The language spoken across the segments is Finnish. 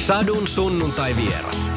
Sadun sunnuntai vieras.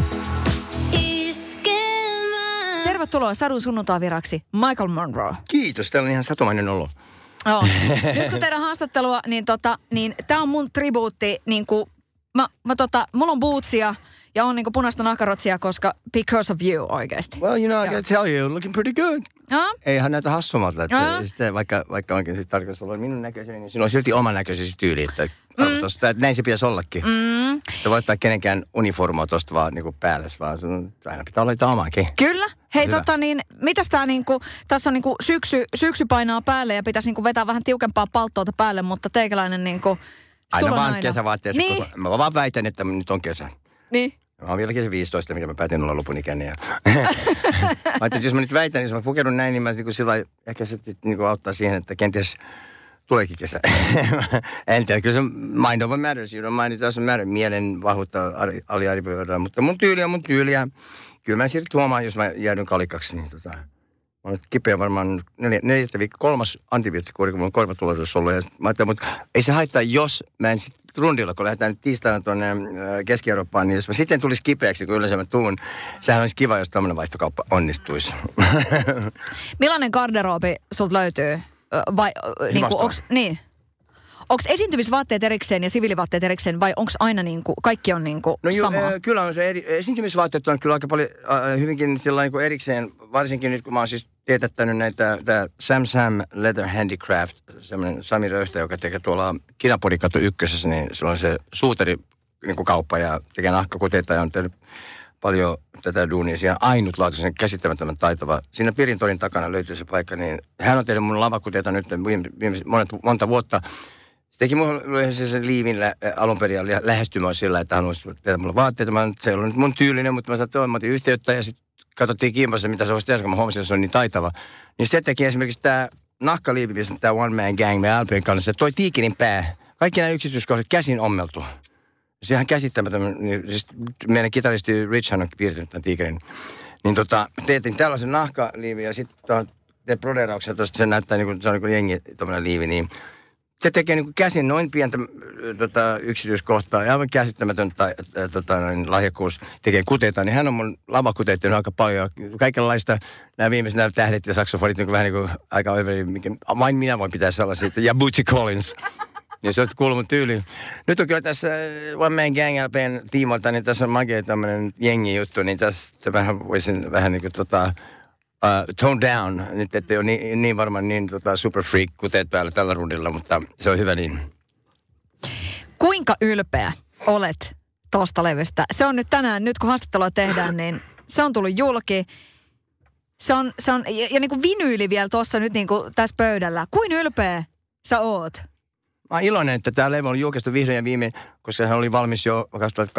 Tervetuloa Sadun sunnuntai-vieraksi Michael Monroe. Kiitos, täällä on ihan satumainen olo. Joo. Nyt kun tehdään haastattelua, niin tää on mun tribuutti, niinku, mulla on bootsia ja on niinku punaista nakarotsia, koska because of you oikeesti. Well, you know, I gotta tell you, looking pretty good. Eihän näitä hassumalta, että sitten vaikka onkin siis tarkoitus olla minun näköiseni, niin sinulla on silti oman näköisesi tyyli, että näin se pitäisi ollakin. Se voi ottaa kenenkään uniformoa tosta vaan niinku päälle, vaan sun aina pitää olla jotain omaakin. Kyllä. Hei mitäs tää niinku, tässä on niinku syksy painaa päälle ja pitäisi niinku vetää vähän tiukempaa palttoota päälle, mutta teikäläinen niinku, aina vaan kesävaatteessa, niin. Mä vaan väitän, että nyt on kesä. Niin. Mä oon vieläkin se 15, mitä mä päätin olla lopun ikäinen. Mutta jos mä nyt väitän, jos mä pukeudun näin, niin mä niin sillä lailla, ehkä se niin auttaa siihen, että kenties tuleekin kesä. En tiedä, kyllä se mind over matters, you know, mind doesn't matter. Mielen vahvuutta aliarvioidaan, mutta mun tyyli on mun tyyliä. Kyllä mä silti huomaan, jos mä jäädyn kalikaksi, niin mä olen kipeä varmaan 3. antibioottikuuri, kun mulla on korvatulaisuus ollut. Ja mä ajattelin, mutta ei se haittaa, jos mä en sitten rundilla, kun lähdetään nyt tiistaina tuonne Keski-Eurooppaan, niin jos mä sitten tulisi kipeäksi, kun yleensä mä tuun, sehän olisi kiva, jos tämmöinen vaihtokauppa onnistuisi. Millainen garderoobi sulta löytyy? Vai onko esiintymisvaatteet erikseen ja siviilivaatteet erikseen vai onko aina niinku, kaikki on niinku samaa? Kyllä on se esiintymisvaatteet on kyllä aika paljon hyvinkin sillä niin erikseen, varsinkin nyt kun mä oon siis teetättänyt näitä Sam Leather Handicraft, semmoinen Sami Röyhtä, joka tekee tuolla Kinapodikatu 1, niin sillä on se suutari niin kauppa ja tekee nahkakuteita ja on tehnyt paljon tätä duunia. Siinä ainutlaatuisen käsittämättömän taitava. Siinä Pirintorin takana löytyy se paikka, niin hän on tehnyt mun lavakuteita nyt monta vuotta. Se teki mulle sen liivin alun perin lähestymään sillä, että hän haluaisi tehdä mulle vaatteita. Se ei ollut nyt mun tyylinen, mutta mä sanoin, että mä otin yhteyttä ja sitten katsottiin kimpassa, mitä se voisi tehdä, kun mä huomasin, että se on niin taitava. Niin se teki esimerkiksi tämä nahkaliivi, tämä One Man Gang, meidän Alpien kanssa, toi tiikerin pää. Kaikki nämä yksityiskohdat käsin ommeltu. Se ihan käsittämätön. Siis meidän kitaristi Rich on piirtänyt tämän tiikerin. Niin teetin tällaisen nahkaliivin ja sitten teet broderauksia, se näyttää niin kuin, se on niin kuin jengi tommoinen liivi, niin se tekee niin kuin käsin noin pientä yksityiskohtaa ja aivan käsittämätön lahjakkuus tekee kuteita, niin hän on mun lavakuteet aika paljon. Kaikenlaista nämä viimeiset tähdet ja saksofonit niin vähän niin kuin aika oiveli, vain minä voin pitää sellaisia. Ja Bootsy Collins. Ja se on kuullut mun tyyliin. Nyt on kyllä tässä One Man Gang LPn tiimoilta, niin tässä on magia tämmöinen jengi juttu, niin tässä voisin vähän niin kuin tone down. Nyt ettei ole niin varmaan niin super freak kuteet päällä tällä rundilla, mutta se on hyvä niin. Kuinka ylpeä olet tuosta levystä? Se on nyt tänään, nyt kun haastattelua tehdään, niin se on tullut julki. Se on ja niin kuin vinyyli vielä tuossa nyt niin kuin tässä pöydällä. Kuin ylpeä sä oot? Mä oon iloinen, että tämä levy on julkaistu vihdoin ja viimein, koska hän oli valmis jo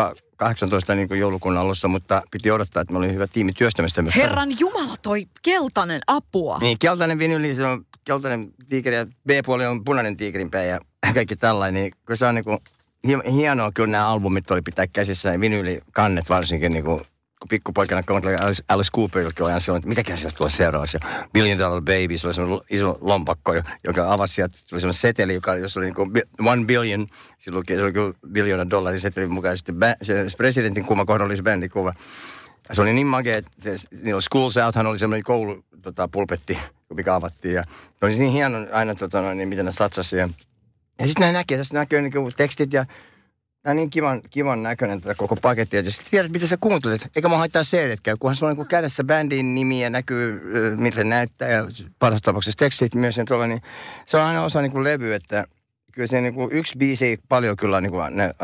2018 niin kuin joulukuun alussa, mutta piti odottaa, että me oli hyvä tiimi työstämistä myös. Herran Jumala, toi keltainen apua. Niin, keltainen vinyli, se on keltainen tiikeri ja B-puoli on punainen tiikerinpää ja kaikki tällainen. Niin, kun se on niin kuin, hienoa, kyllä nämä albumit oli pitää käsissä ja vinylikannet varsinkin niin kuin, kun pikkupoikana Alice Cooperilkin oli aina silloin, että mitäkään sieltä tuossa seuraavaksi. $1 Billion Baby, se oli semmoinen iso lompakko, joka avasi sieltä, se oli semmoinen seteli, jossa oli niin kuin 1 billion, se oli $1 billion seteli mukaan. Sitten se presidentin kuva kohdalla oli se bändikuva. Ja se oli niin makea, että Schools Outhan oli semmoinen koulupulpetti, mikä avattiin. Ja se oli niin hieno aina, niin miten ne satsasi. Ja sitten nämä näkee, tässä näkyy niin tekstit ja tämä on niin kivan näköinen tätä koko paketti. Ja sitten tiedät, mitä sä kuuntelet. Eikä mä haittaa CD-tkään, kunhan sulla on niin kädessä bändin nimi ja näkyy, miltä se näyttää. Ja parhaassa tapauksessa tekstit myös. Ja tuolla, niin se on aina osa niin levyä, että kyllä se niin yksi biisi ei paljon kyllä niin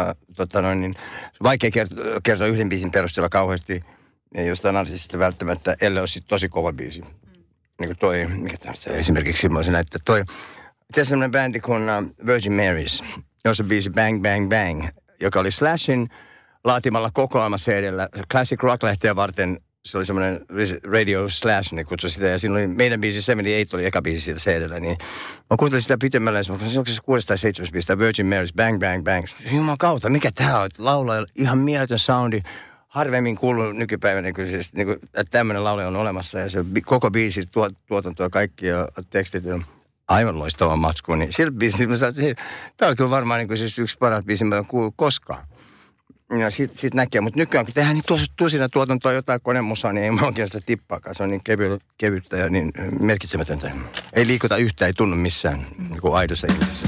niin vaikea kertoa yhden biisin perusteella kauheasti. Ja jostain artistista välttämättä, ellei ole tosi kova biisi. Niin kuin toi, mikä tässä esimerkiksi semmoisen, että toi, itse asiassa semmoinen bändi kuin Virgin Marys, jossa biisi Bang Bang Bang, joka oli Slashin laatimalla kokoelma CD:llä Classic Rock-lehteä varten. Se oli semmoinen Radio Slash, niin kutsui sitä, ja siinä oli meidän biisi 78 oli eka biisi siitä CD:llä, niin mä kuuntelin sitä pitemmällä, ja se onko se 6 tai 7 biisistä, Virgin Marys, Bang Bang Bang. Juman kautta, mikä tää on? Laulaa ihan mieletön soundi. Harvemmin kuuluu nykypäivänä, että tämmöinen laulaja on olemassa, ja se koko biisi, tuotanto ja kaikki, ja tekstit on aivan loistava matsku. Niin sillä biisillä mä sanoin, että tämä on kyllä varmaan siis yksi paras biisi, mitä olen kuullut koskaan. Ja sit näkee, mutta nykyään kun tehdään niin tusina tuotantoa jotain konemusaa, niin ei mulla oikein sitä tippaakaan. Se on niin kevyttä ja niin merkitsemätöntä. Ei liikuta yhtään, ei tunnu missään niin kuin aidossa ihmisessä.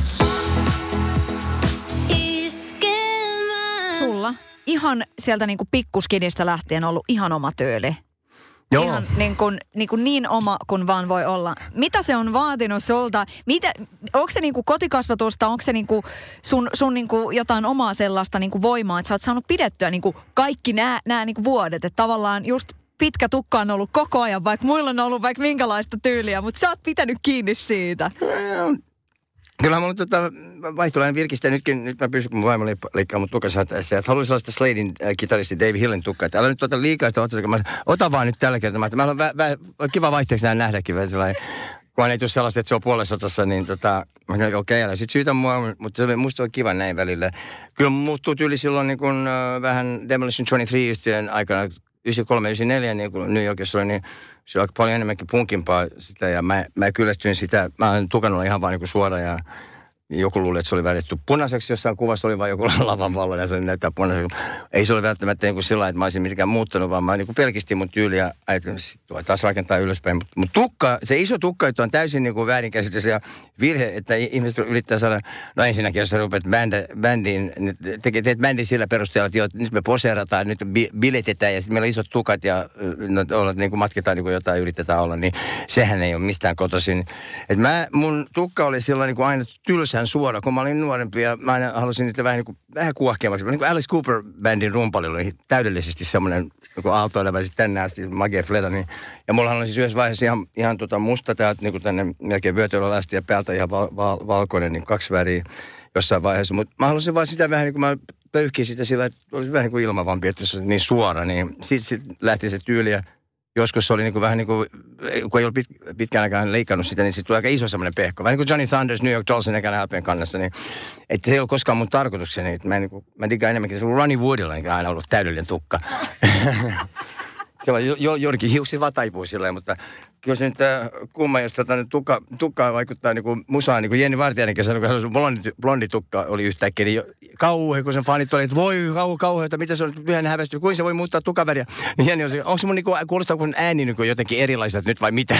Sulla ihan sieltä niin kuin pikkuskinistä lähtien ollut ihan oma tyyli. Joo. Ihan niin oma kuin vaan voi olla. Mitä se on vaatinut sulta? Onko se niinku kotikasvatusta, onko se niinku sun niinku jotain omaa sellaista niinku voimaa, että sä oot saanut pidettyä niinku kaikki nämä niinku vuodet. Että tavallaan just pitkä tukka on ollut koko ajan, vaikka muilla on ollut vaikka minkälaista tyyliä, mutta sä oot pitänyt kiinni siitä. Kyllä mulla vaihtolainen virkistä. Nyt mä pysyn, kun vaimo leikkaa mun tukassa. Että haluan sellaista Sladin kitaristi Dave Hillen tukkaa. Että älä nyt ota liikaa, että ota vaan nyt tällä kertaa. Mä haluan kiva vaihteeksi nähdäkin vähän sellainen. Kun ei tule sellaista, että se on puolesotassa, niin mä sanoin, okei, älä sit syytä mua, mutta musta on kiva näin välillä. Kyllä muuttuu tyyli silloin niin kun, vähän Demolition 23-yhtiön aikana, 93-94, niin kun New Yorkissa oli, niin se on aika paljon enemmänkin punkimpaa sitä, ja mä kyllästyin sitä, mä olen tukannut ihan vaan niin suora, ja joku luuli, että se oli väritty punaiseksi, jossain kuvassa oli vain joku lavan vallo, ja se näyttää punaiseksi. Ei se ole välttämättä niin sillä, että mä olisin mitenkään muuttanut, vaan mä niin pelkistin mun tyyliä, ja ajattelin, että taas rakentaa ylöspäin. Mutta tukka, se iso tukka, että on täysin niin väärinkäsitys ja virhe, että ihmiset yrittää saada, no ensinnäkin, jos sä rupeat bändiin, teet bändin sillä perusteella, että joo, nyt me poseerataan, nyt biletetään, ja sitten meillä on isot tukat, ja niin matkitaan niin jotain, yritetään olla, niin sehän ei ole mistään kotoisin. Että mun tukka oli silloin niin aina tylsän suora, kun mä olin nuorempi, ja mä aina halusin niitä vähän kuohkeammaksi. Niin kuin Alice Cooper-bändin rumpali oli täydellisesti semmoinen niin aaltoileva sitten tänne asti, Maggie Fleda, niin, ja mullahan oli siis yhdessä vaiheessa ihan musta täältä niin tänne melkein vyötäröllä asti ja päältä ihan valkoinen, niin 2 väriä jossain vaiheessa. Mutta mä halusin vaan sitä vähän niin kuin mä pöyhkin sitä sillä, että olisi vähän niin kuin ilmavampi, että se on niin suora, niin sitten lähti se tyyli ja joskus se oli niin kuin vähän niin kuin, kun ei ollut pitkään aikaan leikannut sitä, niin sitten tuli aika iso semmoinen pehko. Vähän niin kuin Johnny Thunders New York Dollsin ekana LPn kannassa, niin että se ei ollut koskaan mun tarkoitukseni. Että mä diggaan enemmänkin, se on Ronnie Woodilla, enkä aina ollut täydellinen tukka. Se on joidenkin hiuksi vaan taipuu silleen, mutta kyllä se nyt kumma, jos tukkaa vaikuttaa niin kuin musaan, niin kuin Jenni Vartiainen sanoi, kun blondi tukka oli yhtäkkiä, niin kauhe, kun sen fanit oli, että voi kauheata, mitä se on lyhyen hävästynyt, kuin se voi muuttaa tukaväriä. Niin Jenni oli, onko se mun niin kuin, kuulostaa kun ääni niin kuin jotenkin erilaiset nyt vai mitä?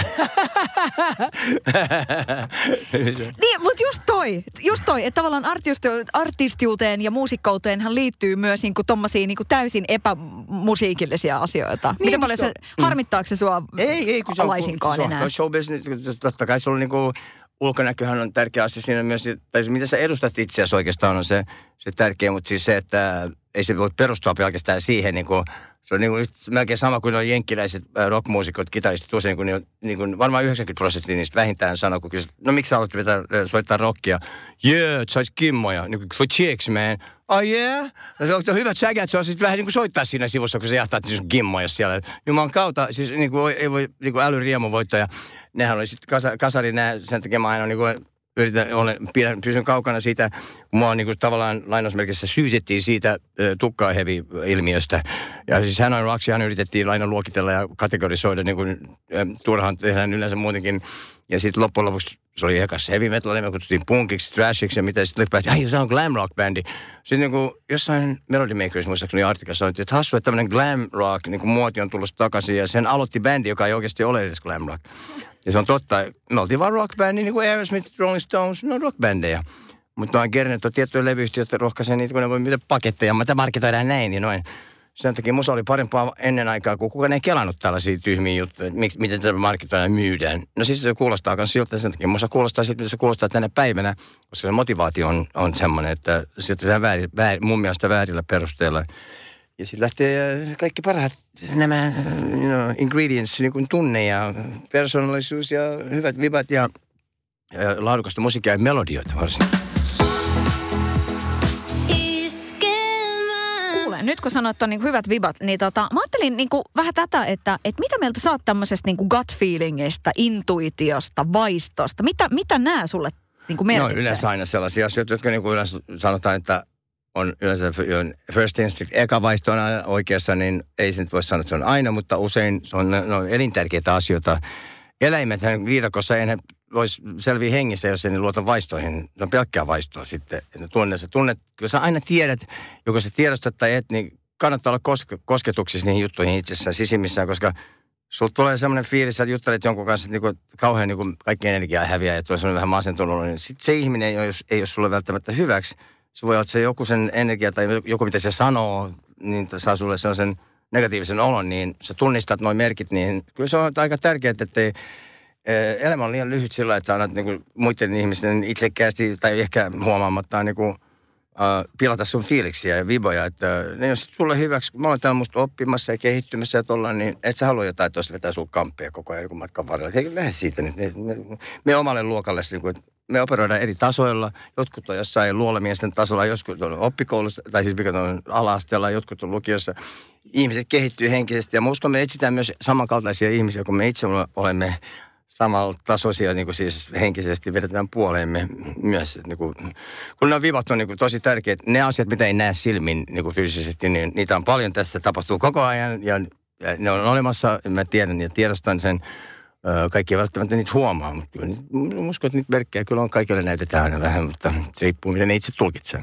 Niin, mutta just toi, että tavallaan artistiuteen ja muusikkouteenhan liittyy myös niinku tommosia niinku täysin epämusiikillisia asioita. Niin, miten paljon se, harmittaako se sua kun se on laisinkaan enää? Se on business, totta kai se on niinku, ulkonäköhän on tärkeä asia siinä myös, tai mitä sä edustat itseäsi oikeastaan on se tärkeä, mutta siis se, että ei se voi perustua pelkästään siihen niinku, se on melkein sama kuin nuo jenkkiläiset rockmuusikot, kitaristit usein, kun niin kuin varmaan 90% niistä vähintään sanoo, kun kysyt, no miksi sä haluat soittaa rockia? Yeah, sä ois kimmoja, niin kuin for chicks, man. Oh yeah? No, hyvät säkät, se on sitten vähän niin kuin soittaa siinä sivussa, kun sä jahtaat siis kimmoja siellä. Jumalan kautta, siis niin kuin, ei voi niin kuin älyriemu voittaa, ja nehän oli sitten kasari, sen takia mä aina niin kuin, pysyn kaukana siitä, kun mua niin kuin tavallaan lainausmerkissä syytettiin siitä tukkaa heavy-ilmiöstä. Ja siis hän on raksi, hän yritettiin laina luokitella ja kategorisoida, niin kuin turhaan tehdään yleensä muutenkin. Ja sitten loppujen lopuksi se oli ekas heavy metal, me kutsuttiin punkiksi, trashiksi ja mitä. Sitten päätti, että se on glam rock bändi. Sitten niin kuin jossain Melody Makers muistaakseni artikassa sanottiin, että hassu, että tämmöinen glam rock niin kuin muoti on tullut takaisin. Ja sen aloitti bändi, joka ei oikeasti ole edes glam rock. Ja se on totta. Me oltiin vaan rockbändi, niin kuin Aerosmith, Rolling Stones, ne on rockbändejä. Mutta noin kerran, että on tiettyjä levyyhtiöitä, jotka rohkaisee niitä, kun ne voi myydä paketteja. Mutta marketoidaan näin, niin noin. Sen takia musa oli parempaa ennen aikaa, kun kukaan ei kelannut tällaisia tyhmiä juttuja, että miten tätä marketoidaan myydään. No siis se kuulostaa myös siltä, sen takia musa kuulostaa siltä, mitä se kuulostaa tänä päivänä, koska se motivaatio on semmoinen, että se mun mielestä väärillä perusteella. Ja sitten lähtee kaikki parhaat nämä ingredients, niin kuin tunne ja persoonallisuus ja hyvät vibat ja laadukasta musiikkia ja melodioita varsinkin. Kuule, nyt kun sanoit on niin hyvät vibat, niin mä ajattelin niin vähän tätä, että mitä mieltä sä oot tämmöisestä niin gut feelingistä, intuitiosta, vaistosta? Mitä nämä sulle niin merkitsee? No yleensä aina sellaisia asioita, jotka niin kuin yleensä sanotaan, että on yleensä first instinct, eka vaisto on aina oikeassa, niin ei se nyt voi sanoa, että se on aina, mutta usein se on elintärkeitä asioita. Eläimethän viidakossa, vois selviä hengissä, jos ei luota vaistoihin. Se on pelkkää vaistoa sitten. Kyllä sä aina tiedät, joko sä tiedostat tai et, niin kannattaa olla kosketuksissa niihin juttuihin itsessään sisimmissään, koska sulla tulee semmoinen fiilis, että juttelet jonkun kanssa, että niinku, kauhean niinku, kaikki energiaa häviää ja tulee semmoinen vähän masentunut, niin sitten se ihminen ei ole sulle välttämättä hyväksi. Se voi olla, että se joku sen energia tai joku, mitä se sanoo, niin saa sulle sellaisen negatiivisen olon, niin sä tunnistat nuo merkit, niin kyllä se on aika tärkeää, että elämä on liian lyhyt sillä, että sä annat niinku, muiden ihmisten itsekkäästi tai ehkä huomaamatta niinku, pilata sun fiiliksiä ja viboja, että ne jos sulle hyväksi, kun mä olen täällä musta oppimassa ja kehittymässä ja tollaan, niin et sä halua jotain tuosta vetää sulla kamppia koko ajan kun matkan varrella. Hei, lähde siitä nyt. Me omalle luokalle, niin kuin, me operoidaan eri tasoilla. Jotkut on jossain luolamiesten tasolla, jotkut on oppikoulussa, tai siis mikä on ala-asteella, jotkut on lukiossa. Ihmiset kehittyy henkisesti ja musta me etsitään myös samankaltaisia ihmisiä, kun me itse olemme samalla tasoisia niin kuin siis henkisesti vedetään puoleemme myös. Että, niin kuin, kun ne vibat on niin kuin, tosi tärkeät, ne asiat, mitä ei näe silmin niin kuin fyysisesti, niin niitä on paljon tässä, tapahtuu koko ajan ja ne on olemassa, mä tiedän ja tiedostan sen. Kaikki ei välttämättä niitä huomaa, mutta kyllä uskon, että niitä merkkejä kyllä on kaikille näytetään aina vähän, mutta se riippuu, miten ne itse tulkitsee.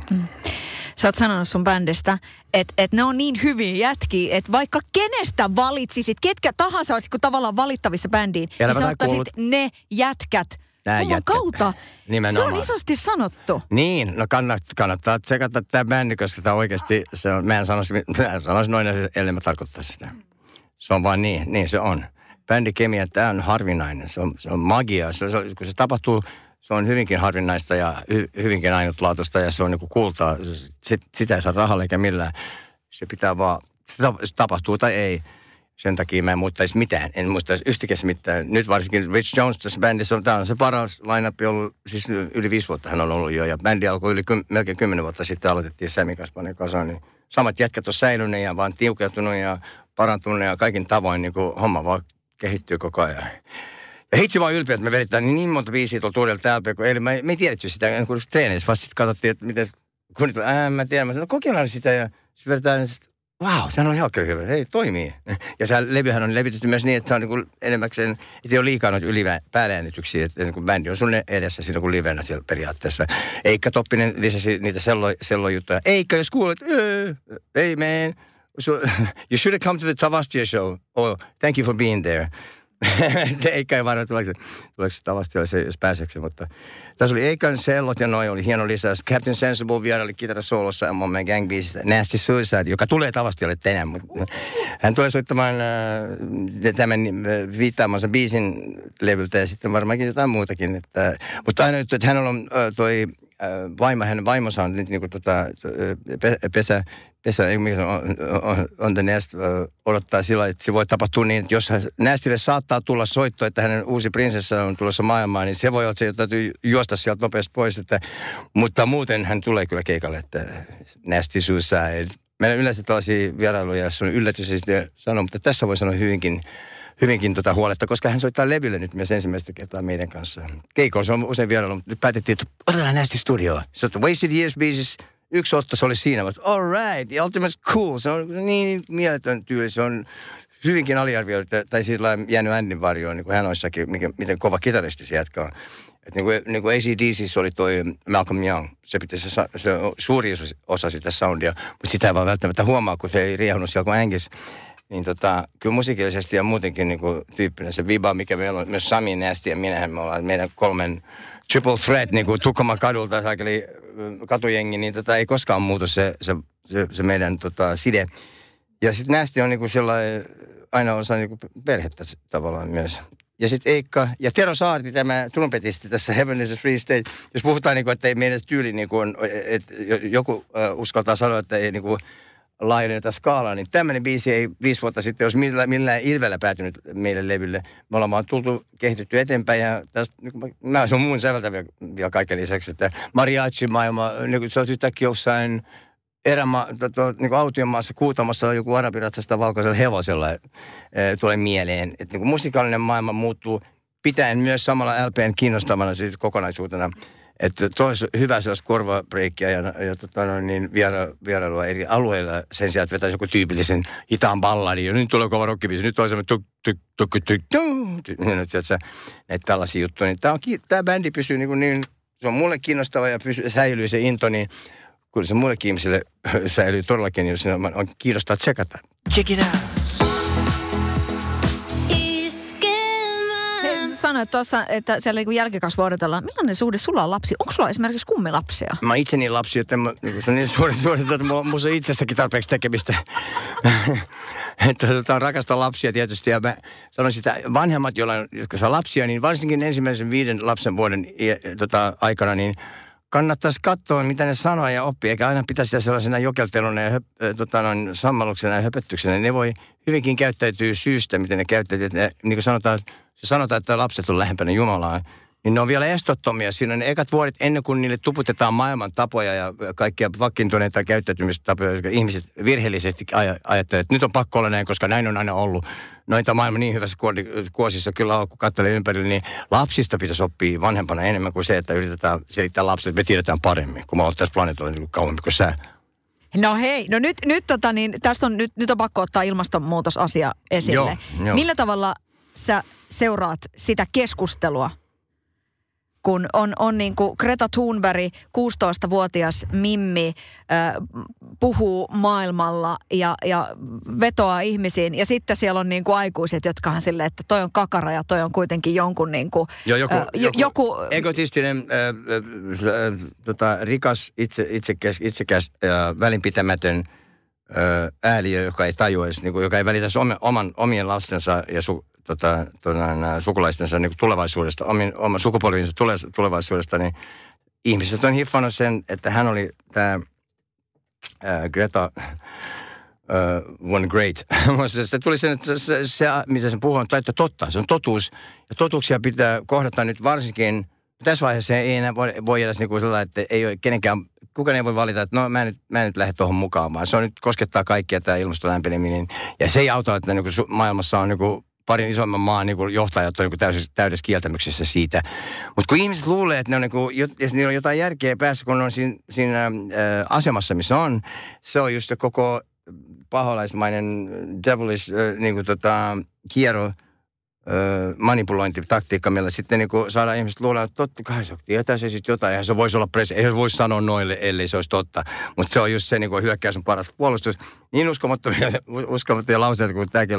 Sä oot sanonut sun bändistä, että ne on niin hyviä jätkiä, että vaikka kenestä valitsisit, ketkä tahansa olisi tavallaan valittavissa bändiin, niin sä ottaisit ne jätkät. Kautta. Nimenomaan. Se on isosti sanottu. Niin, no kannattaa tsekata tämä bändi, koska tämä oikeasti, se on, mä en sanoisi noin, ellei mä tarkoittaisi sitä. Se on vaan niin se on. Bändikemia, tämä on harvinainen, se on magia, kun se tapahtuu, se on hyvinkin harvinaista ja hyvinkin ainutlaatuista ja se on niinku kultaa. Sitä ei saa rahalla eikä millään. Se pitää vaan, se tapahtuu tai ei. Sen takia mä en muistaisi mitään, en muistaisi yhtikäs mitään. Nyt varsinkin Rich Jones tässä bändissä tämä on se paras line-up ollut, siis yli 5 vuotta hän on ollut jo. Ja bändi alkoi melkein 10 vuotta sitten, aloitettiin Sami Kaspanen kasaan. Niin samat jätkät on säilyneet ja vaan tiukeutunut ja parantunut ja kaikin tavoin niin kuin homma vaan kehittyy koko ajan. Ja hitsi mä oon ylpeä, että me vedetään niin monta biisiä tuolla tuudella täältä, kun me ei tiedetty sitä, kun treeneissä vasta sitten katsottiin, että miten, kun nyt mä tiedän, mä sanoin, kokeillaan sitä ja sitten vedetään, vau, sehän on ihan hyvä, hei, toimii. Ja se levyhän on levitetty myös niin, että se on niin kuin enemmäkseen, että ei ole liikaa noita päälläänityksiä, että niin bändi on sun edessä siinä kuin livenä siellä periaatteessa. Eikka Toppinen lisäsi niitä sellojuttuja. Eikka, jos kuulet, hey man, you should have come to the Tavastia show. Oh, thank you for being there. Se Eikka ei varmaan tuleeko se Tavastialle, jos pääseekö, mutta tässä oli Eikan sellot ja noi oli hieno lisäys. Captain Sensible vieraili kitarasoolossa meidän gang-biisissä Nasty Suicide, joka tulee Tavastialle tänään. Hän tulee soittamaan tämän viittaamansa biisin levyltä ja sitten varmaankin jotain muutakin. Mutta aina juttu, että hän on hänen vaimonsa on nyt niinku pesä, on the Nest odottaa sillä, että se voi tapahtua niin, että jos Nestille saattaa tulla soitto, että hänen uusi prinsessa on tulossa maailmaan, niin se voi olla, että se täytyy juosta sieltä nopeasti pois. Mutta muuten hän tulee kyllä keikalle, että Nasty Suicide. Meillä on yleensä tällaisia vierailuja, jos on yllätys ja sitten sanoo, mutta tässä voi sanoa hyvinkin huoletta, koska hän soittaa levylle nyt myös ensimmäistä kertaa meidän kanssa. Keikolla se on usein vierailu, mutta nyt päätettiin, että otetaan Nasty studioon. Se on Wasted Years biisissä. Yksi otto se oli siinä, mutta all right, the ultimate cool. Se on niin mieletön tyyli, se on hyvinkin aliarvioitu, tai sillä jäänyt Andyn varjoon, niin kuin hän oissakin, miten kova kitaristi se jätkä on. Että niin kuin AC/DC:ssä oli toi Malcolm Young, se on suuri osa sitä soundia, mutta sitä ei vaan välttämättä huomaa, kun se ei riehunut siellä kuin ängis. Niin kyllä musiikillisesti ja muutenkin niin kuin tyyppinen se viba, mikä meillä on, myös Sami, Nasty ja minähän me ollaan meidän 3 triple threat, niin kuin Tukholman kadulta, eli katujengi, niin ei koskaan muutu se meidän side. Ja sitten Nasty on niin kuin sellainen, aina osa niin kuin perhettä tavallaan myös. Ja sitten Eikka ja Tero Saarti, tämä trumpetisti tässä Heaven is a Free State. Jos puhutaan, niin kuin, että ei meidän tyyli, niin kuin, että joku uskaltaa sanoa, että ei niin kuin laajenneta skaalaa, niin tämmöinen biisi ei 5 vuotta sitten olisi millään ilvellä päätynyt meille levylle. Me ollaan vaan kehitytty eteenpäin ja tästä, niin se on muun säveltä vielä kaiken lisäksi, että mariachi-maailma, niin se on yhtäkkiä jossain niin autiomaassa, Kuutamassa on joku arabiratsasta valkoisella hevosella tulee mieleen. Että niin musikaalinen maailma muuttuu pitäen myös samalla LPn kiinnostavana siis kokonaisuutena. Että toisi hyvä sellaista korvabreikkiä ja niin vierailua eri alueilla sen sijaan, että vetäisi joku tyypillisen hitaan balladin. Ja nyt tulee kova rockibiisi, nyt on semmoinen näitä tällaisia juttuja. Niin tämä bändi pysyy niin, se on mulle kiinnostava ja säilyy se into, niin kyllä se muillekin ihmisille säilyy todellakin, jos on kiinnostaa tsekata. Check it out! Sanoit tuossa, että siellä niin jälkikasvua odotellaan. Millainen suhde sulla on lapsi? Onko sulla esimerkiksi kummilapsia? Mä itse niin lapsi, että se on niin suuri että musta on itsestäkin tarpeeksi tekemistä. Että rakastaa lapsia tietysti. Ja mä sanoisin, että vanhemmat, jotka saa lapsia, niin varsinkin ensimmäisen 5 lapsen vuoden aikana, niin kannattaisi katsoa, mitä ne sanoo ja oppii. Eikä aina pitäisi sitä sellaisena jokelteluna ja sammaluksena ja höpöttyksenä. Ne voi hyvinkin käyttäytyä syystä, miten ne käyttäytyy. Niin kuin sanotaan, että lapset on lähempänä Jumalaa, niin ne on vielä estottomia. Siinä on ne ekat vuodet ennen kuin niille tuputetaan maailman tapoja ja kaikkia vakiintuneita käyttäytymistapoja, jotka ihmiset virheellisesti ajattelevat, että nyt on pakko olla näin, koska näin on aina ollut. Noita maailman niin hyvässä kuosissa kyllä on, kun katselee ympärille, niin lapsista pitäisi oppia vanhempana enemmän kuin se, että yritetään selittää lapsille, että me tiedetään paremmin, kun mä oon tässä planeetalla niin kauemmin kuin sä. No hei, no nyt tästä on, nyt on pakko ottaa ilmastonmuutosasia esille. Joo. Millä tavalla sä seuraat sitä keskustelua, kun on niin kuin Greta Thunberg, 16-vuotias mimmi, puhuu maailmalla ja vetoaa ihmisiin. Ja sitten siellä on niin kuin aikuiset, jotka on silleen, että toi on kakara ja toi on kuitenkin jonkun niin kuin... joku egotistinen, rikas, itsekäs, välinpitämätön ääliö, joka ei tajua edes, niin kuin, joka ei välitä omien lastensa ja sukulaistensa niin tulevaisuudesta, oman sukupolvinsa tulevaisuudesta, niin ihmiset on hiffannut sen, että hän oli tämä Greta one great. Se tuli sen, että se mitä sen puhuu, on totta. Se on totuus. Ja totuuksia pitää kohdata nyt varsinkin. Tässä vaiheessa ei enää voi edes niin kuin sellainen, että ei ole kenenkään, kukaan ei voi valita, että no mä en nyt lähde tuohon mukaan, vaan se on nyt koskettaa kaikkia tämä ilmaston lämpeneminen. Ja se ei auta, että niin kuin maailmassa on niin kuin parin isomman maan niin johtajat on niin täydessä kieltämyksessä siitä. Mutta kun ihmiset luulee, että ne on niillä on jotain järkeä päässä, kun ne on siinä asemassa, missä on, se on just se koko paholaismainen devilish kierro manipulointitaktiikka, millä sitten niin saadaan ihmiset luulemaan, että totta kai se tietää se sitten jotain. Eihän se voisi olla eihän se voisi sanoa noille, ellei se olisi totta. Mutta se on just se niin hyökkäys on paras puolustus. Niin uskomattomia lauseita, kun tämäkin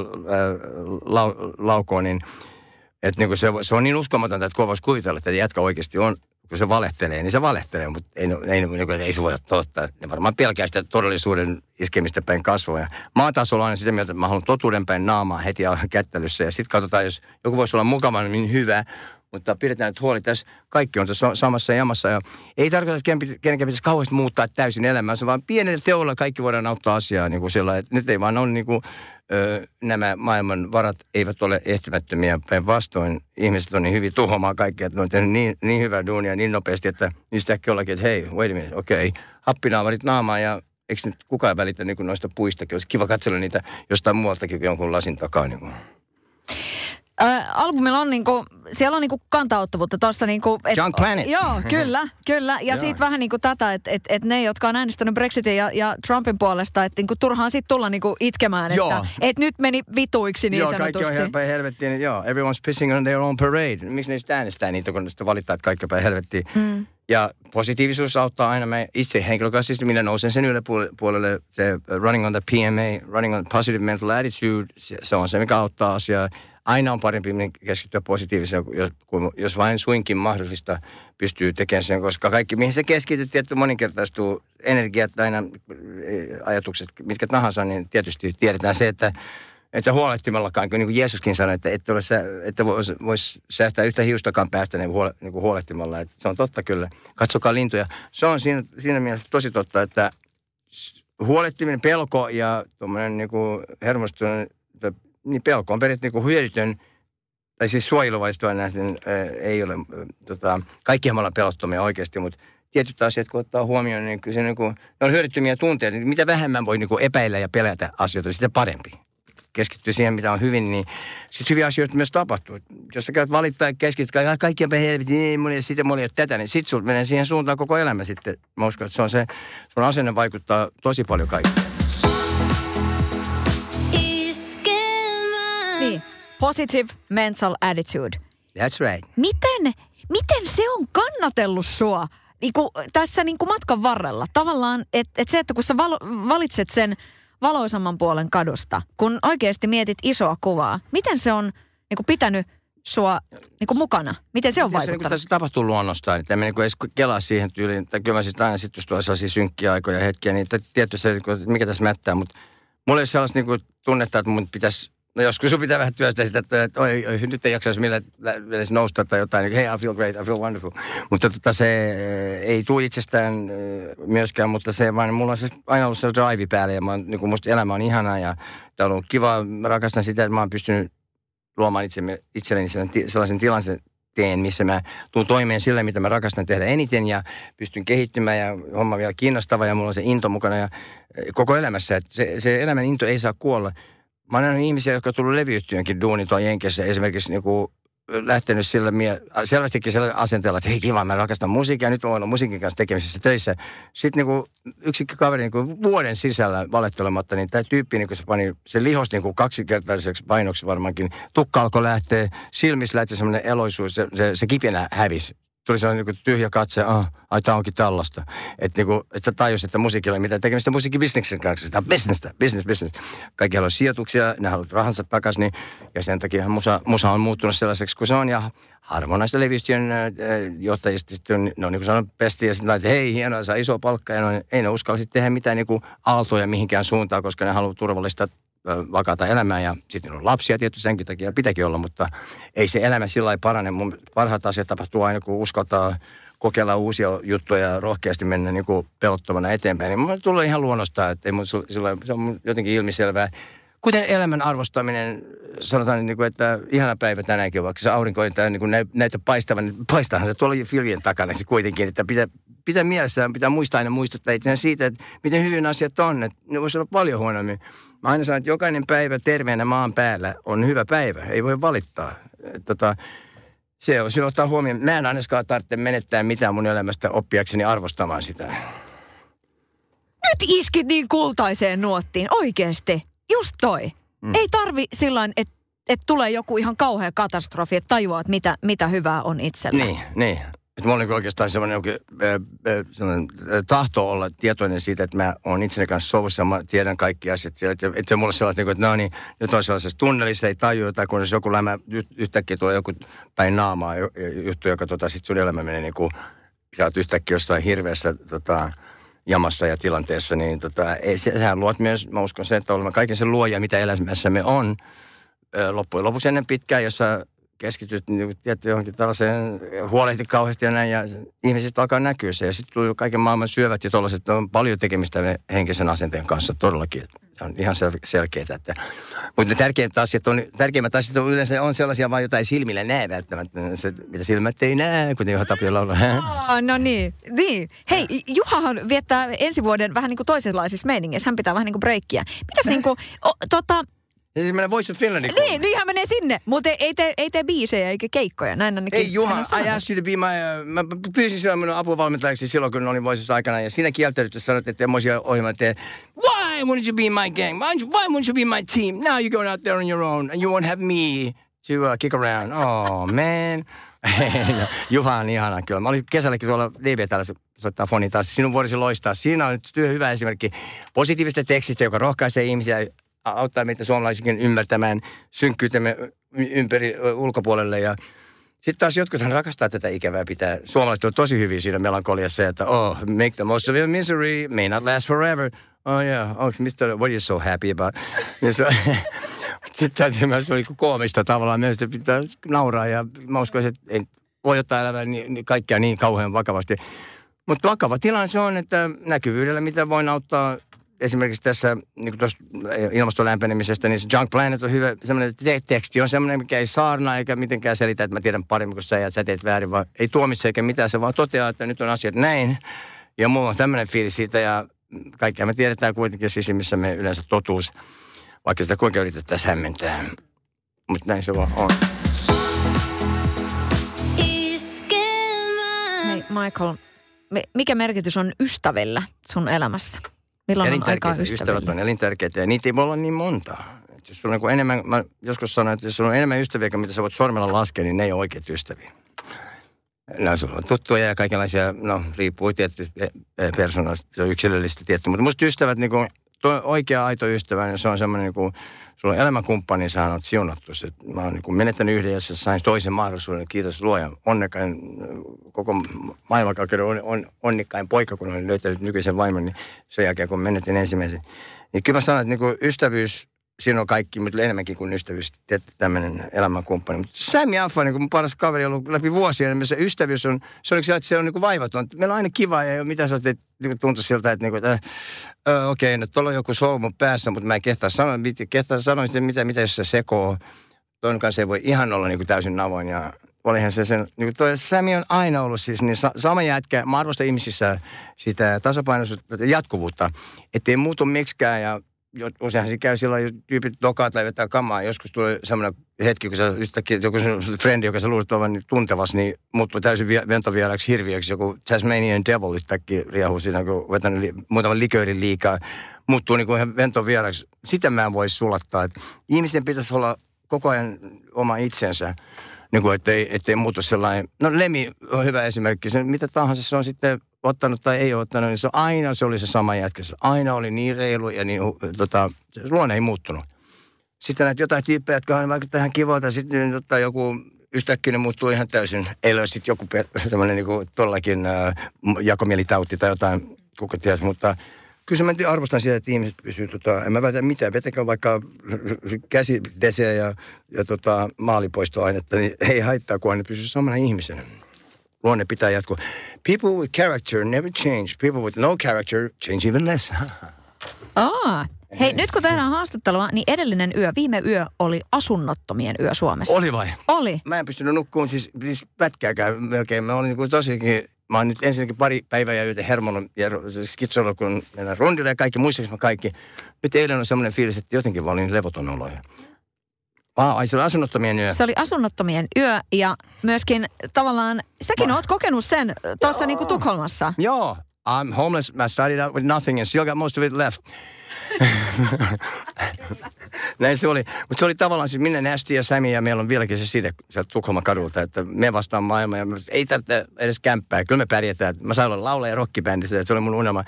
laukoo, niin että niin se on niin uskomatonta, että kun voisi kuvitella, että jätkä oikeasti on, kun se valehtelee, niin se valehtelee, mutta ei se voi olla totta. Ne varmaan pelkää sitä todellisuuden iskemistä päin kasvoja. Mä taas olen aina sitä mieltä, että mä haluan totuuden päin naamaa heti kättelyssä. Ja sitten katsotaan, jos joku voisi olla mukava, niin hyvä. Mutta pidetään nyt huoli tässä. Kaikki on tässä samassa jamassa. Ja ei tarkoita, että kenenkään pitäisi kauheasti muuttaa täysin elämäänsä, vaan pienellä teolla kaikki voidaan auttaa asiaa niin kuin sillä, että nyt ei vaan ole niin kuin, nämä maailman varat eivät ole ehtymättömiä päinvastoin. Ihmiset on niin hyvin tuhoamaan kaikkea, että ne on tehnyt niin hyvää duunia niin nopeasti, että niistä äkkiä ollakin, että hei, wait a minute, okei. Happinaamarit naamaan ja eikö nyt kukaan välitä niin kuin noista puistakin? Olisi kiva katsella niitä jostain muualtakin jonkun lasin takaa. Niin kuin. Albumilla on niinku, siellä on niinku kantauttavuutta tuossa niinku... John Planet. Joo, kyllä. Ja siitä vähän niinku tätä, että ne, jotka on äänestänyt Brexitin ja Trumpin puolesta, että niinku turhaan sit tulla niinku itkemään, että nyt meni vituiksi niin sanotusti. Joo, kaikki on päin helvettiin, että everyone's pissing on their own parade. Miksi ne sitten äänestää niitä, kun ne sitten valittaa, että kaikki päin helvettiin. Ja positiivisuus auttaa aina. Mä itse henkilökohtaisesti minä nousen sen yläpuolelle. Se running on the PMA, running on positive mental attitude, se on se, mikä auttaa asiaa. Aina on parempi keskittyä positiiviseen, jos vain suinkin mahdollista pystyy tekemään sen, koska kaikki, mihin se keskityt, tietty moninkertaistuu energiat, aina ajatukset, mitkä tahansa, niin tietysti tiedetään se, että sä huolehtimallakaan, niin kuin Jeesuskin sanoi, että voisi säästää yhtä hiustakaan päästä niin huolehtimalla. Että se on totta kyllä. Katsokaa lintuja. Se on siinä mielessä tosi totta, että huolehtiminen, pelko ja tuommoinen niin hermostunut, niin pelko on periaatteessa niin hyödytön, tai siis suojeluvaistua nähden ei ole, kaikkihan me ollaan pelottomia oikeasti, mutta tietyt asiat, kun ottaa huomioon, niin kyllä ne on hyödyttömiä tunteita. Mitä vähemmän voi niin epäillä ja pelätä asioita, sitä parempi. keskittyy siihen, mitä on hyvin, niin sitten hyviä asioita myös tapahtuu. Jos sä käyt valittaa ja keskittyy, kaikkia helvetin, ei mulla sitä, mulla ei ole tätä, niin sitten sulla menee siihen suuntaan koko elämä sitten. Mä uskon, että sun asenne vaikuttaa tosi paljon kaikkeen. Niin, positive mental attitude. That's right. Miten se on kannatellut sua tässä matkan varrella? Tavallaan, että se, että kun sä valitset sen valoisamman puolen kadusta, kun oikeasti mietit isoa kuvaa, miten se on pitänyt sua mukana? Miten se on vaikuttanut? Se tapahtuu luonnostaan. En mä edes kelaa siihen tyyliin. Tai kyllä mä sitten aina sitten, jos tulee sellaisia synkkiä aikoja hetkiä, niin tietysti mikä tässä mättää. Mutta mulla ei ole sellaista tunnetta, että mun pitäisi. No joskus sun pitää vähän työstää sitä, että oi, nyt ei jaksaisi millään edes nousta tai jotain, niin hei, I feel great, I feel wonderful. Mutta se ei tule itsestään myöskään, mutta se vaan, mulla on aina ollut se drive päälle ja musta elämä on ihanaa ja tää on ollut kiva. Mä rakastan sitä, että mä oon pystynyt luomaan itselleni sellaisen tilanteen, missä mä tuun toimeen sillä, mitä mä rakastan tehdä eniten ja pystyn kehittymään ja homma vielä kiinnostava ja mulla on se into mukana ja koko elämässä, että se elämän into ei saa kuolla. Mä oon nähnyt ihmisiä, jotka on tullut levyyhtiönkin duuni tuon Jenkeissä. Esimerkiksi lähtenyt selvästikin sillä asenteella, että hei kiva, mä rakastan musiikkia. Nyt mä voin olla musiikin kanssa tekemisissä töissä. Sitten yksikin kaveri vuoden sisällä valettelematta, niin tämä tyyppi se pani, se lihosi 2-kertaiseksi painoksi varmaankin. Tukka alkoi lähteä, silmissä lähti semmoinen eloisuus, se kipinä hävisi. Tuli sellainen tyhjä katse, tää onkin tällaista. Että sä tajus, että musiikilla ei mitään tekemistä musiikkibisneksen kanssa. Sitä on business. Kaikki haluaa sijoituksia, ne haluaa rahansa takaisin. Niin, ja sen takia musa on muuttunut sellaiseksi kuin se on. Ja harvoin näistä levyyhtiön johtajista sitten ne on niin kuin sanonut pestiin ja sitten laittaa, hei hienoa, saa isoa palkkaa. Ja ei ne uskalla sitten tehdä mitään aaltoja mihinkään suuntaan, koska ne haluaa turvallista vakaata elämää ja sitten on lapsia tietysti senkin takia, pitääkin olla, mutta ei se elämä sillä lailla parane. Mun parhaat asiat tapahtuu aina, kun uskaltaa kokeilla uusia juttuja ja rohkeasti mennä pelottomana eteenpäin. Niin mun tulee ihan luonnostaan, että se on jotenkin ilmiselvää. Kuten elämän arvostaminen, sanotaan, että ihana päivä tänäänkin, vaikka se aurinko ei näytä paistavan, niin paistahan se tuolla filvien takana se kuitenkin, että pitää mielessään, pitää muistaa aina muistuttaa itseään siitä, että miten hyvin asiat on, että ne voisi olla paljon huonommin. Mä aina sanon, että jokainen päivä terveenä maan päällä on hyvä päivä, ei voi valittaa. Se on silloin ottaa huomioon. Mä en ainakaan tarvitse menettää mitään mun elämästä oppiakseni arvostamaan sitä. Nyt iskit niin kultaiseen nuottiin, oikeesti. Just toi. Ei tarvi sillain, että tulee joku ihan kauhea katastrofi, että tajuat, mitä hyvää on itsellä. Niin. Että mulla on oikeastaan semmoinen tahto olla tietoinen siitä, että mä oon itseni kanssa sovussa, mä tiedän kaikki asiat. Että mulla on sellaista, että no niin, jotain sellaisessa tunnelissa ei tajua, tai kun joku lämä yhtäkkiä tuo joku päin naamaa juttu, joka sit sun elämä menee sä oot yhtäkkiä jostain hirveässä jamassa ja tilanteessa, niin sehän luot myös, mä uskon se, että olemme kaiken sen luoja, mitä elämässämme on, loppujen lopuksi ennen pitkään, jossa keskityt johonkin tällaiseen, huolehti kauheasti ja näin, ja ihmisistä alkaa näkyä se. Ja sitten tuli kaiken maailman syövät ja tuollaiset, on paljon tekemistä henkisen asenteen kanssa todellakin. Se on ihan selkeää. Mutta tärkeimmät asiat on yleensä sellaisia vaan, joita ei silmillä näe välttämättä. Se, mitä silmät ei näe, kuten Juha Tapio laulaa. No niin. Hei, Juhahan viettää ensi vuoden vähän toisenlaisissa meiningeissä. Hän pitää vähän breikkiä. Mitäs Ja siis mennään Voice of Finlandin. Niin hän menee sinne, mutta ei tee biisejä eikä keikkoja. Näin ainakin. Ei Juha, I asked you to be my... Mä pyysin sinua minun apuvalmentajaksi silloin, kun olin Voices aikana. Ja siinä kieltäydyt, että sanoit, että emmoisia ohjelmaa tee. Why wouldn't you be my gang? Why wouldn't you be my team? Now you're going out there on your own and you won't have me to kick around. Oh man. Juha on ihana kyllä. Mä olin kesälläkin tuolla DB täällä soittaa foni taas. Sinun vuorisi loistaa. Siinä on hyvä esimerkki positiivista tekstistä, joka rohkaisee ihmisiä, auttaa meitä suomalaisikin ymmärtämään synkkyytemme ulkopuolelle. Ja sitten taas jotkuthan rakastaa tätä ikävää pitää. Suomalaiset on tosi hyviä siinä melankoliassa, että make the most of your misery, may not last forever. Oh yeah, Mr. What are you so happy about? Sitten täytyy myös olla koomista tavallaan. Mielestäni pitää nauraa ja mä uskoisin, että ei voi ottaa elämää kaikkea niin kauhean vakavasti. Mutta vakava tilanne se on, että näkyvyydellä mitä voin auttaa. Esimerkiksi tässä niin tuosta ilmaston lämpenemisestä, niin se Junk Planet on hyvä, semmoinen teksti on semmoinen, mikä ei saarna eikä mitenkään selitä, että mä tiedän paremmin kuin sä ja sä teet väärin, vaan ei tuomitse eikä mitään, se vaan toteaa, että nyt on asiat näin. Ja mulla on tämmöinen fiilis siitä ja kaikkea me tiedetään kuitenkin sisimmissä me yleensä totuus. Vaikka sitä kuinka yritettäisiin hämmentää. Mutta näin se vaan on. Hei Michael, mikä merkitys on ystävillä sun elämässä? Milloin on aikaa ystäville? Ystävät on elintärkeitä ja niitä ei voi olla niin monta. Et jos sulla on enemmän, mä joskus sanoin, että jos sulla on enemmän ystäviä, mitä sä voit sormella laskea, niin ne ei ole oikeat ystäviä. No, sulla on tuttuja ja kaikenlaisia, no riippuu tietty persoonasta, se on yksilöllistä tietty. Mutta musta ystävät, niin kuin, oikea aito ystävä, niin se on semmoinen, niin kuin, sulla on elämänkumppani, sä oot siunattu. Mä oon niin menettänyt yhden ja sain toisen mahdollisuuden, kiitos luojan. Onnekkain, koko maailmankaikkeuden onnekkain poika, kun olen löytänyt nykyisen vaimon, niin sen jälkeen kun menetin ensimmäisen. Niin kyllä mä sanon, että niin kuin ystävyys, siinä on kaikki, mutta enemmänkin kuin ystävyys, tämmöinen elämänkumppani. Mutta Sam Jaffa, niin kuin mun paras kaveri on ollut läpi vuosia, niin se ystävyys on, se on että se on niin kuin vaivaton. Meillä on aina kiva ja mitä sä teet, niin tuntuu siltä, että, okei, no tuolla on joku solmu päässä, mutta mä en kehtaa sanoa mitä jos se sekoo. Toinen kanssa ei voi ihan olla niin kuin täysin navoin ja olihan se sen, niin kuin Sami on aina ollut siis, niin sama jätkä, mä arvostan ihmisissä sitä tasapainoisuutta ja jatkuvuutta, ettei muutu miksikään ja useinhan se käy sillä lailla, tyypit dokaat tai vetää kamaa. Joskus tulee semmoinen hetki, kun sä yhtäkkiä joku trendi, joka sä luulet olevan niin tuntevas, niin muuttuu täysin ventovieraksi hirviöksi. Joku Tasmanian Devil yhtäkkiä riehuu siinä, kun vetänyt muutaman liköörin liikaa. Muuttuu niin kuin ihan ventovieraksi. Sitä mä en voi sulattaa. Että ihmisen pitäisi olla koko ajan oma itsensä. Niin kuin, ettei muutu sellainen. No Lemmi on hyvä esimerkki. Se, mitä tahansa se on sitten ottanut tai ei ottanut, niin se oli se sama jätkä. Se aina oli niin reilu ja niin, se luonne ei muuttunut. Sitten näitä jotain tyyppejä, jotka on vaikka tähän kivalta, sitten joku yhtäkkiä muuttuu ihan täysin. Ei ole sitten joku semmoinen niin kuin tollakin jakomielitauti tai jotain, kuka tiedä, mutta kyllä mä arvostan sitä, että ihmiset pysyy, en mä väitä mitään, vetäkää vaikka käsideseä ja maalipoistoainetta, niin ei haittaa, kun aina pysyy samana ihmisenä. Luonne pitää jatkua. People with character never change. People with no character change even less. Hei, nyt kun tehdään haastattelua, niin edellinen yö, viime yö oli asunnottomien yö Suomessa. Oli vai? Oli. Mä en pystynyt nukkumaan siis pätkääkään melkein. Mä olin niin tosiaankin, mä oon nyt ensinnäkin pari päivää ja yötä hermonut ja skitsolo, kun mennään rundille ja kaikki, muistaaks mä kaikki. Nyt eilen on semmoinen fiilis, että jotenkin mä olin levoton oloja. Se oli asunnottomien yö. Se oli asunnottomien yö ja myöskin tavallaan, säkin oot kokenut sen tuossa niin kuin Tukholmassa. Joo, I'm homeless. I started out with nothing and still got most of it left. Näin se oli. Mutta se oli tavallaan siis minne Nästi ja Sami ja meillä on vieläkin se side sieltä Tukholman kadulta, että me vastaan maailmaa ja ei tarvitse edes kämppää. Kyllä me pärjätään. Mä sain olla laulaja rockibändissä, että se oli mun unelma.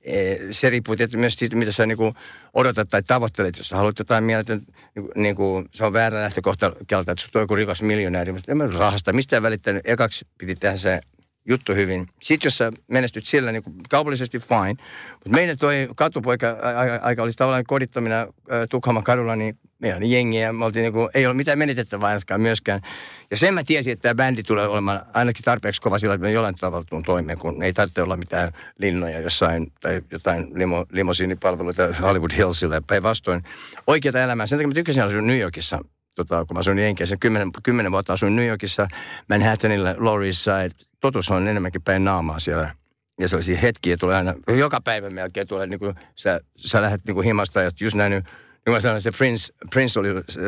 Se riippuu tietysti myös siitä, mitä sä niinku odotat tai tavoittelet. Jos sä haluat jotain mieltä, niinku, se on väärä lähtökohta kelta, että sut on joku rikas miljonääri. Mutta en mä rahasta mistään välittänyt. Ekaksi piti tehdä se juttu hyvin. Sitten jos sä menestyt sillä niin kaupallisesti fine. Mutta meidän toi katupoika-aika olisi tavallaan kodittomina Tukholman kadulla, niin meillä oli jengiä. Me oltiin ei ollut mitään menetettävää myöskään. Ja sen mä tiesin, että tämä bändi tulee olemaan ainakin tarpeeksi kova sillä, että me jollain tavalla tuun toimeen, kun ei tarvitse olla mitään linnoja jossain tai jotain limosiinipalveluita Hollywood Hillsillä ja päinvastoin. Oikeata elämää. Sen takia mä tykkäsin asua New Yorkissa. Kun mä asuin Jenkeissä, 10 vuotta asuin New Yorkissa, Manhattanilla, Lower East Side. Totuus on enemmänkin päin naamaa siellä. Ja sellaisia hetkiä tulee aina, joka päivä melkein tulee, niin kuin sä lähdet niin kuin himasta. Ja just näin, niin kuin mä sanoin, se Prince oli,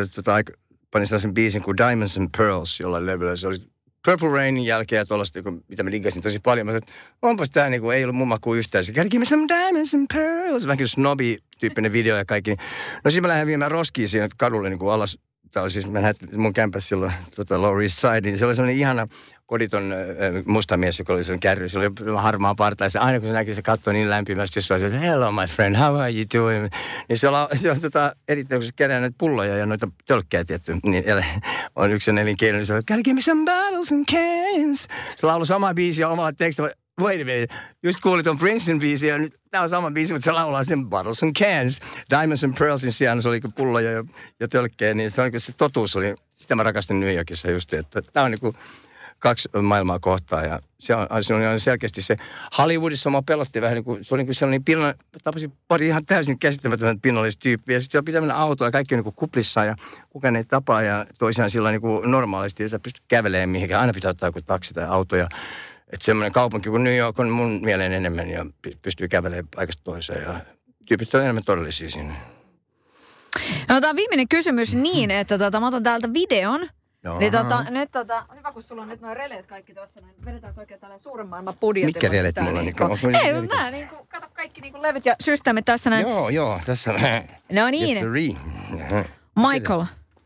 pani sellaisen biisin kuin Diamonds and Pearls jollain levyllä. Se oli Purple Rainin jälkeen ja tuollaista, mitä mä linkasin tosi paljon. Mä sanoin, että onpas tää niin kuin, ei ollut mun makuun yhtään. Se give me some diamonds and pearls. Vähän kuin snobi-tyyppinen video ja kaikki. No siis mä lähden viemään roskiin siinä kadulle niin kuin alas. Tämä oli siis, mä näin mun kämpässä silloin Lower East Side, niin se oli sellainen ihana koditon musta mies, joka oli sellainen kärry. Se oli harmaa parta, ja se, aina kun se näki, se katsoi niin lämpimästi, se oli että hello my friend, how are you doing? Niin se on erittäin, kun se kerää näitä pulloja ja noita tölkkejä, tietty, niin on yksi elinkeino, niin se on, gotta give me some bottles and cans. Se lauloi samaa biisiä omalla tekstillä. Wait a minute, just kuulit on Princeton biisi ja nyt tää on sama biisi, mutta se laulaa sen Bottles and Cans. Diamonds and Pearlsin sijaan se oli pulloja ja tölkkejä, niin se totuus oli, sitä mä rakastin New Yorkissa just, että tää on niinku kaksi maailmaa kohtaa ja se on selkeästi se. Hollywoodissa mä pelastin vähän niin kuin, se oli niin kuin sellainen tapasin pari ihan täysin käsittämättömän pinnallistyyppiä ja sitten siellä pitää mennä autoa ja kaikki on niin kuin kuplissa ja kukaan ei tapaa ja toisiaan sillä niin kuin normaalisti ja sä pystyt kävelemään mihinkään, aina pitää ottaa joku taksi tai auto ja että semmoinen kaupunki kuin New York on mun mieleen enemmän ja pystyy kävelemään paikasta toiseen ja tyypit on enemmän todellisia siinä. No tämä on viimeinen kysymys niin, että mä otan täältä videon. Niin nyt hyvä kun sulla on nyt noin releet kaikki tuossa, niin vedetään oikein tällainen suuren maailman budjetilla. Mitkä releet mulla on? Ei, nää niinku, kato kaikki niinku levyt ja systeemit tässä näin. Joo, tässä. No niin. Yes, Michael.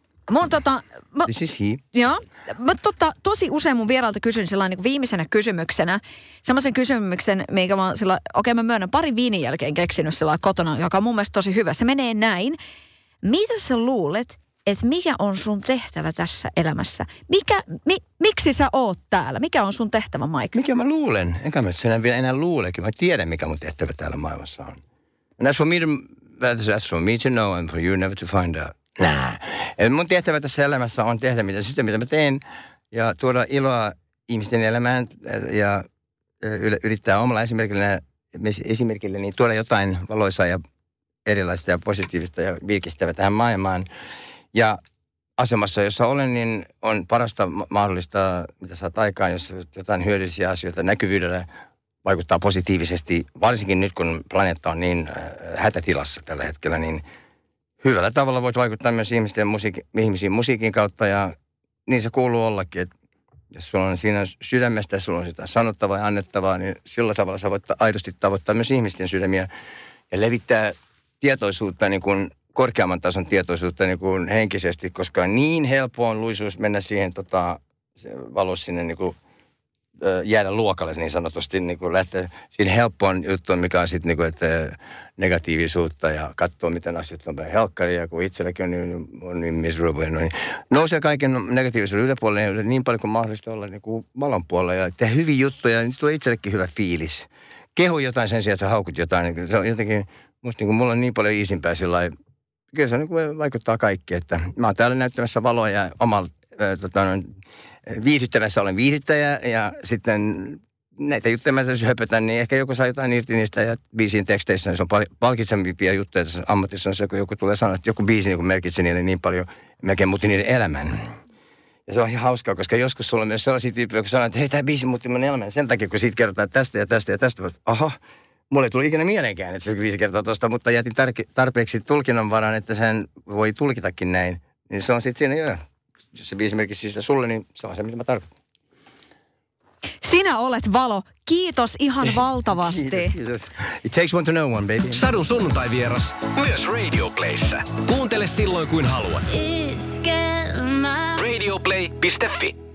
This is he. Joo. Mä tosi usein mun vierailta kysyn sellainen niin viimeisenä kysymyksenä. Semmoisen kysymyksen, minkä mä mä myönnän parin viinin jälkeen keksinyt sillä kotona, joka on mun mielestä tosi hyvä. Se menee näin. Mitä sä luulet, että mikä on sun tehtävä tässä elämässä? Miksi sä oot täällä? Mikä on sun tehtävä, Mike? Mikä mä luulen? Enkä mä sen vielä enää luulekin. Mä tiedän, mikä mun tehtävä täällä maailmassa on. And that's for me to know and for you never to find out. Mun tehtävä tässä elämässä on tehdä sitä, mitä mä teen. Ja tuoda iloa ihmisten elämään ja yrittää omalla esimerkillä niin tuoda jotain valoisaa ja erilaista ja positiivista ja virkistävää tähän maailmaan. Ja asemassa, jossa olen, niin on parasta mahdollista, mitä saat aikaan, jos jotain hyödyllisiä asioita näkyvyydellä vaikuttaa positiivisesti, varsinkin nyt, kun planeetta on niin hätätilassa tällä hetkellä, niin hyvällä tavalla voit vaikuttaa myös ihmisiin musiikin kautta, ja niin se kuuluu ollakin, että jos sulla on siinä sydämestä, sulla on sitä sanottavaa ja annettavaa, niin sillä tavalla sä voit aidosti tavoittaa myös ihmisten sydämiä ja levittää tietoisuutta, niin kuin korkeamman tason tietoisuutta niin kuin henkisesti, koska on niin helppo on luisuus mennä siihen valossa sinne niin kuin, jäädä luokalle niin sanotusti, niin kuin lähteä siihen helppoon juttuun, mikä on sitten niin kuin, että negatiivisuutta ja katsoa, miten asiat on päin helkkaria, kun itselläkin on niin miserable. Niin nousee kaiken negatiivisuuden yläpuolelle niin paljon kuin mahdollista olla niin kuin valon puolella ja tehdä hyviä juttuja, niin tulee itsellekin hyvä fiilis. Kehu jotain sen sijaan, että sä haukut jotain. Niin se on jotenkin, musta niin kuin mulla on niin paljon iisimpää sillä lailla. Kyllä se niin kuin vaikuttaa kaikki, että mä oon täällä näyttämässä valoa ja omalla viihdyttävässä olen viihdyttäjä ja sitten näitä juttuja mä tässä höpötän, niin ehkä joku saa jotain irti niistä ja biisin teksteissä, niin se on palkitsemimpia juttuja tässä ammatissa on se, kun joku tulee sanoa, että joku biisi niin merkitsi niille niin paljon, melkein muutti niiden elämän. Ja se on ihan hauskaa, koska joskus sulla on myös sellaisia tyyppejä, jotka sanoo, että hei, tämä biisi muutti mun elämän sen takia, kun siitä kerrotaan tästä ja tästä ja tästä. Aha, mulle ei tullut ikinä mieleenkään, että se 5 kertaa tuosta, mutta jätin tarpeeksi tulkinnan varaan, että sen voi tulkitakin näin. Niin se on sitten siinä, joo. Jos se biisi merkitsi sitä sulle, niin se on se, mitä mä tarkoitan. Sinä olet valo. Kiitos ihan valtavasti. Kiitos. It takes one to know one, baby. Sadun sunnuntai-vieras myös Radio Playssä. Kuuntele silloin, kuin haluat. Radioplay.fi